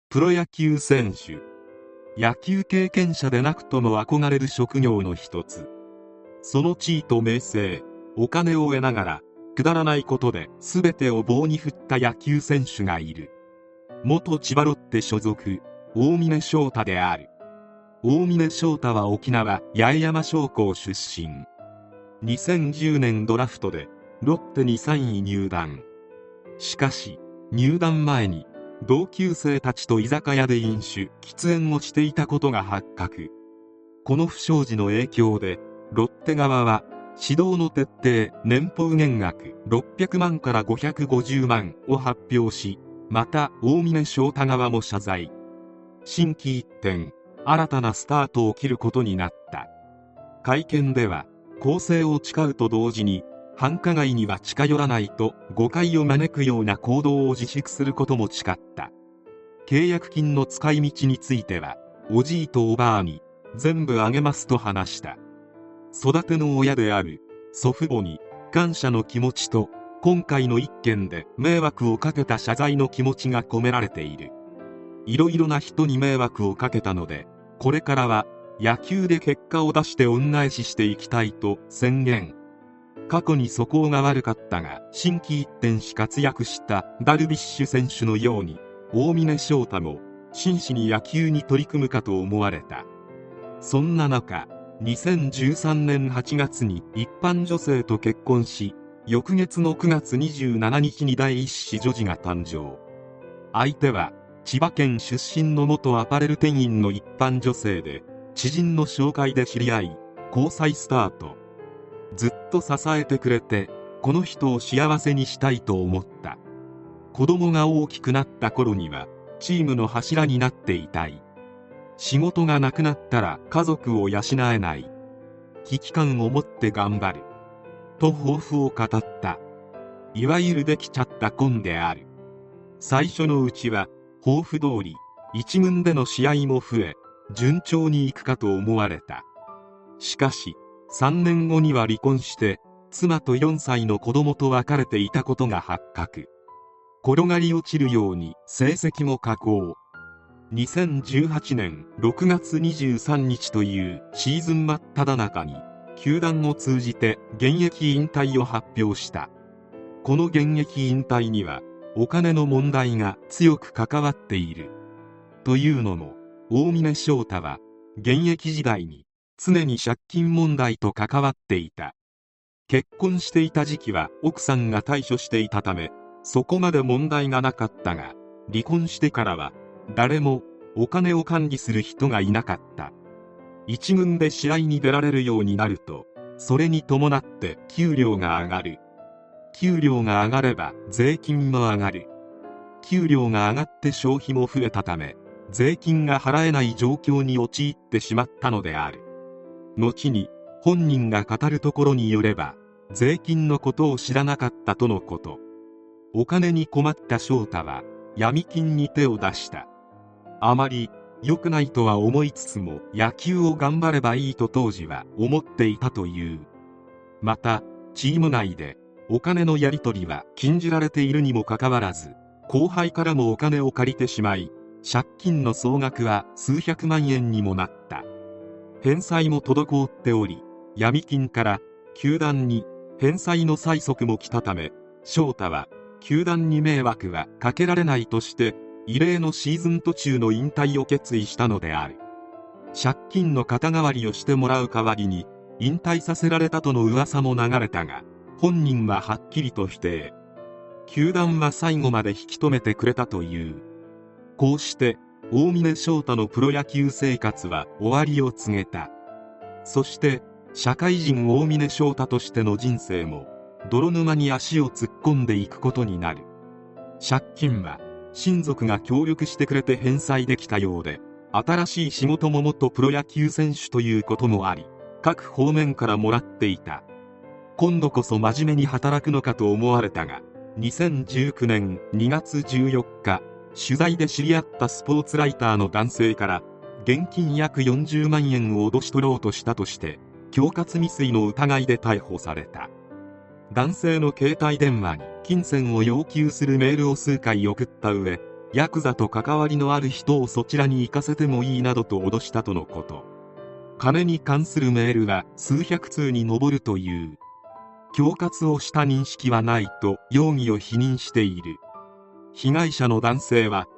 プロ野球選手。野球経験者でなくとも憧れる職業の一つ。その地位と名声、お金を得ながらくだらないことで全てを棒に振った野球選手がいる。元千葉ロッテ所属、大峯翔太である。大峯翔太は沖縄八重山商工出身。2010年ドラフトでロッテに3位入団。しかし入団前に同級生たちと居酒屋で飲酒喫煙をしていたことが発覚。この不祥事の影響でロッテ側は指導の徹底、年俸減額600万から550万を発表し、また大峯翔太側も謝罪。心機一転、新たなスタートを切ることになった。会見では公正を誓うと同時に繁華街には近寄らないと誤解を招くような行動を自粛することも誓った。契約金の使い道についてはおじいとおばあに全部あげますと話した。育ての親である祖父母に感謝の気持ちと今回の一件で迷惑をかけた謝罪の気持ちが込められている。いろいろな人に迷惑をかけたのでこれからは野球で結果を出して恩返ししていきたいと宣言。過去に素行が悪かったが心機一転し活躍したダルビッシュ選手のように大峯翔太も真摯に野球に取り組むかと思われた。そんな中2013年8月に一般女性と結婚し、翌月の9月27日に第一子女児が誕生。相手は千葉県出身の元アパレル店員の一般女性で、知人の紹介で知り合い交際スタート。ずっと支えてくれてこの人を幸せにしたいと思った。子供が大きくなった頃にはチームの柱になっていたい。仕事がなくなったら家族を養えない。危機感を持って頑張ると抱負を語った。いわゆるできちゃった婚である。最初のうちは抱負通り一軍での試合も増え順調にいくかと思われた。しかし3年後には離婚して妻と4歳の子供と別れていたことが発覚。転がり落ちるように成績も下降。2018年6月23日というシーズン真っ只中に球団を通じて現役引退を発表した。この現役引退にはお金の問題が強く関わっている。というのも大峯翔太は現役時代に常に借金問題と関わっていた。結婚していた時期は奥さんが対処していたためそこまで問題がなかったが、離婚してからは誰もお金を管理する人がいなかった。一軍で試合に出られるようになるとそれに伴って給料が上がる。給料が上がれば税金も上がる。給料が上がって消費も増えたため税金が払えない状況に陥ってしまったのである。後に本人が語るところによれば税金のことを知らなかったとのこと。お金に困った翔太は闇金に手を出した。あまり良くないとは思いつつも野球を頑張ればいいと当時は思っていたという。またチーム内でお金のやり取りは禁じられているにもかかわらず後輩からもお金を借りてしまい借金の総額は数百万円にもなった。返済も滞っており闇金から球団に返済の催促も来たため翔太は球団に迷惑はかけられないとして異例のシーズン途中の引退を決意したのである。借金の肩代わりをしてもらう代わりに引退させられたとの噂も流れたが本人ははっきりと否定。球団は最後まで引き止めてくれたという。こうして大峯翔太のプロ野球生活は終わりを告げた。そして社会人大峯翔太としての人生も泥沼に足を突っ込んでいくことになる。借金は親族が協力してくれて返済できたようで、新しい仕事も元プロ野球選手ということもあり各方面からもらっていた。今度こそ真面目に働くのかと思われたが2019年2月14日取材で知り合ったスポーツライターの男性から現金約40万円を脅し取ろうとしたとして恐喝未遂の疑いで逮捕された。男性の携帯電話に金銭を要求するメールを数回送った上ヤクザと関わりのある人をそちらに行かせてもいいなどと脅したとのこと。金に関するメールは数百通に上るという。恐喝をした認識はないと容疑を否認している。被害者の男性は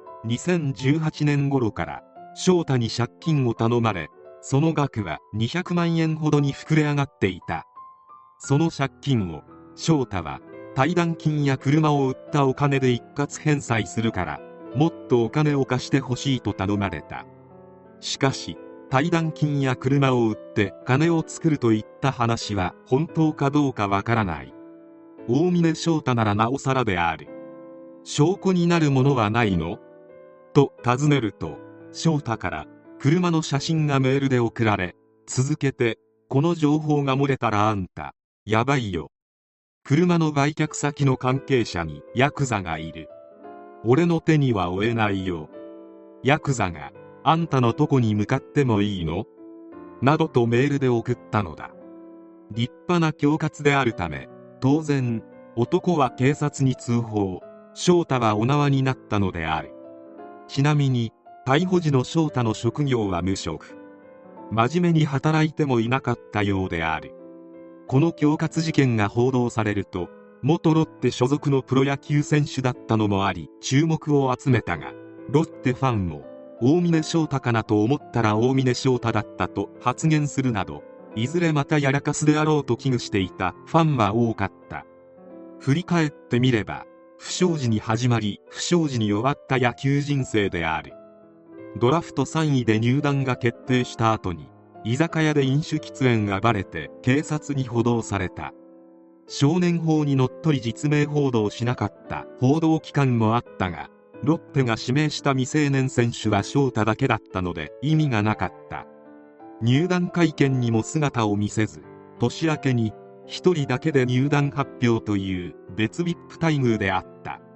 2018年頃から翔太に借金を頼まれ、その額は200万円ほどに膨れ上がっていた。その借金を翔太は退団金や車を売ったお金で一括返済するからもっとお金を貸してほしいと頼まれた。しかし退団金や車を売って金を作るといった話は本当かどうかわからない。大峰翔太ならなおさらである。証拠になるものはないのと尋ねると、翔太から車の写真がメールで送られ、続けてこの情報が漏れたらあんたやばいよ。車の売却先の関係者にヤクザがいる。俺の手には負えないよ。ヤクザがあんたのとこに向かってもいいのなどとメールで送ったのだ。立派な恐喝であるため、当然男は警察に通報。翔太はお縄になったのである。ちなみに逮捕時の翔太の職業は無職。真面目に働いてもいなかったようである。この恐喝事件が報道されると、元ロッテ所属のプロ野球選手だったのもあり注目を集めたが、ロッテファンも大峰翔太かなと思ったら大峰翔太だったと発言するなど、いずれまたやらかすであろうと危惧していたファンは多かった。振り返ってみれば、不祥事に始まり不祥事に終わった野球人生である。ドラフト3位で入団が決定した後に居酒屋で飲酒喫煙がバレて警察に補導された。少年法にのっとり実名報道しなかった報道機関もあったが、ロッテが指名した未成年選手は翔太だけだったので意味がなかった。入団会見にも姿を見せず、年明けに一人だけで入団発表という別 VIP 待遇であった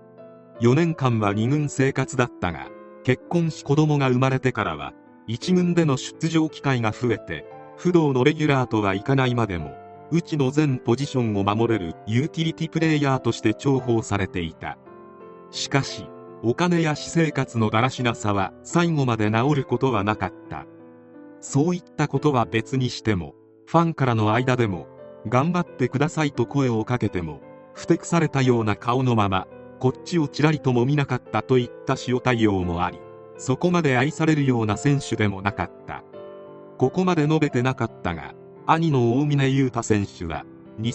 。4年間は2軍生活だったが、結婚し子供が生まれてからは1軍での出場機会が増えて、不動のレギュラーとはいかないまでも内の全ポジションを守れるユーティリティプレイヤーとして重宝されていた。しかしお金や私生活のだらしなさは最後まで治ることはなかった。そういったことは別にしても、ファンからの間でも頑張ってくださいと声をかけてもふてくされたような顔のままこっちをちらりとも見なかったといった塩対応もあり、そこまで愛されるような選手でもなかった。ここまで述べてなかったが、兄の大峰雄太選手は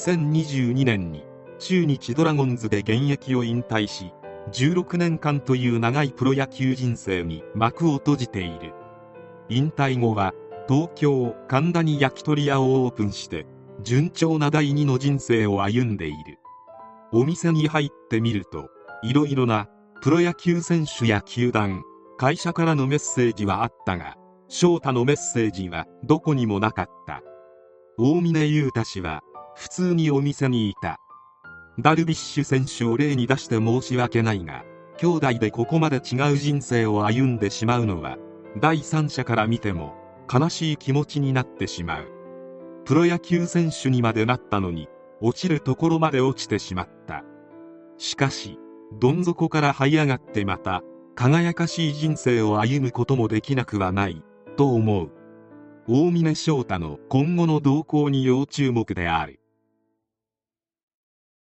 2022年に中日ドラゴンズで現役を引退し、16年間という長いプロ野球人生に幕を閉じている。引退後は東京神田に焼き鳥屋をオープンして順調な第二の人生を歩んでいる。お店に入ってみると、いろいろなプロ野球選手や球団、会社からのメッセージはあったが、翔太のメッセージはどこにもなかった。大峰雄太氏は普通にお店にいた。ダルビッシュ選手を例に出して申し訳ないが、兄弟でここまで違う人生を歩んでしまうのは第三者から見ても悲しい気持ちになってしまう。プロ野球選手にまでなったのに落ちるところまで落ちてしまった。しかしどん底から這い上がってまた輝かしい人生を歩むこともできなくはないと思う。大峰翔太の今後の動向に要注目である。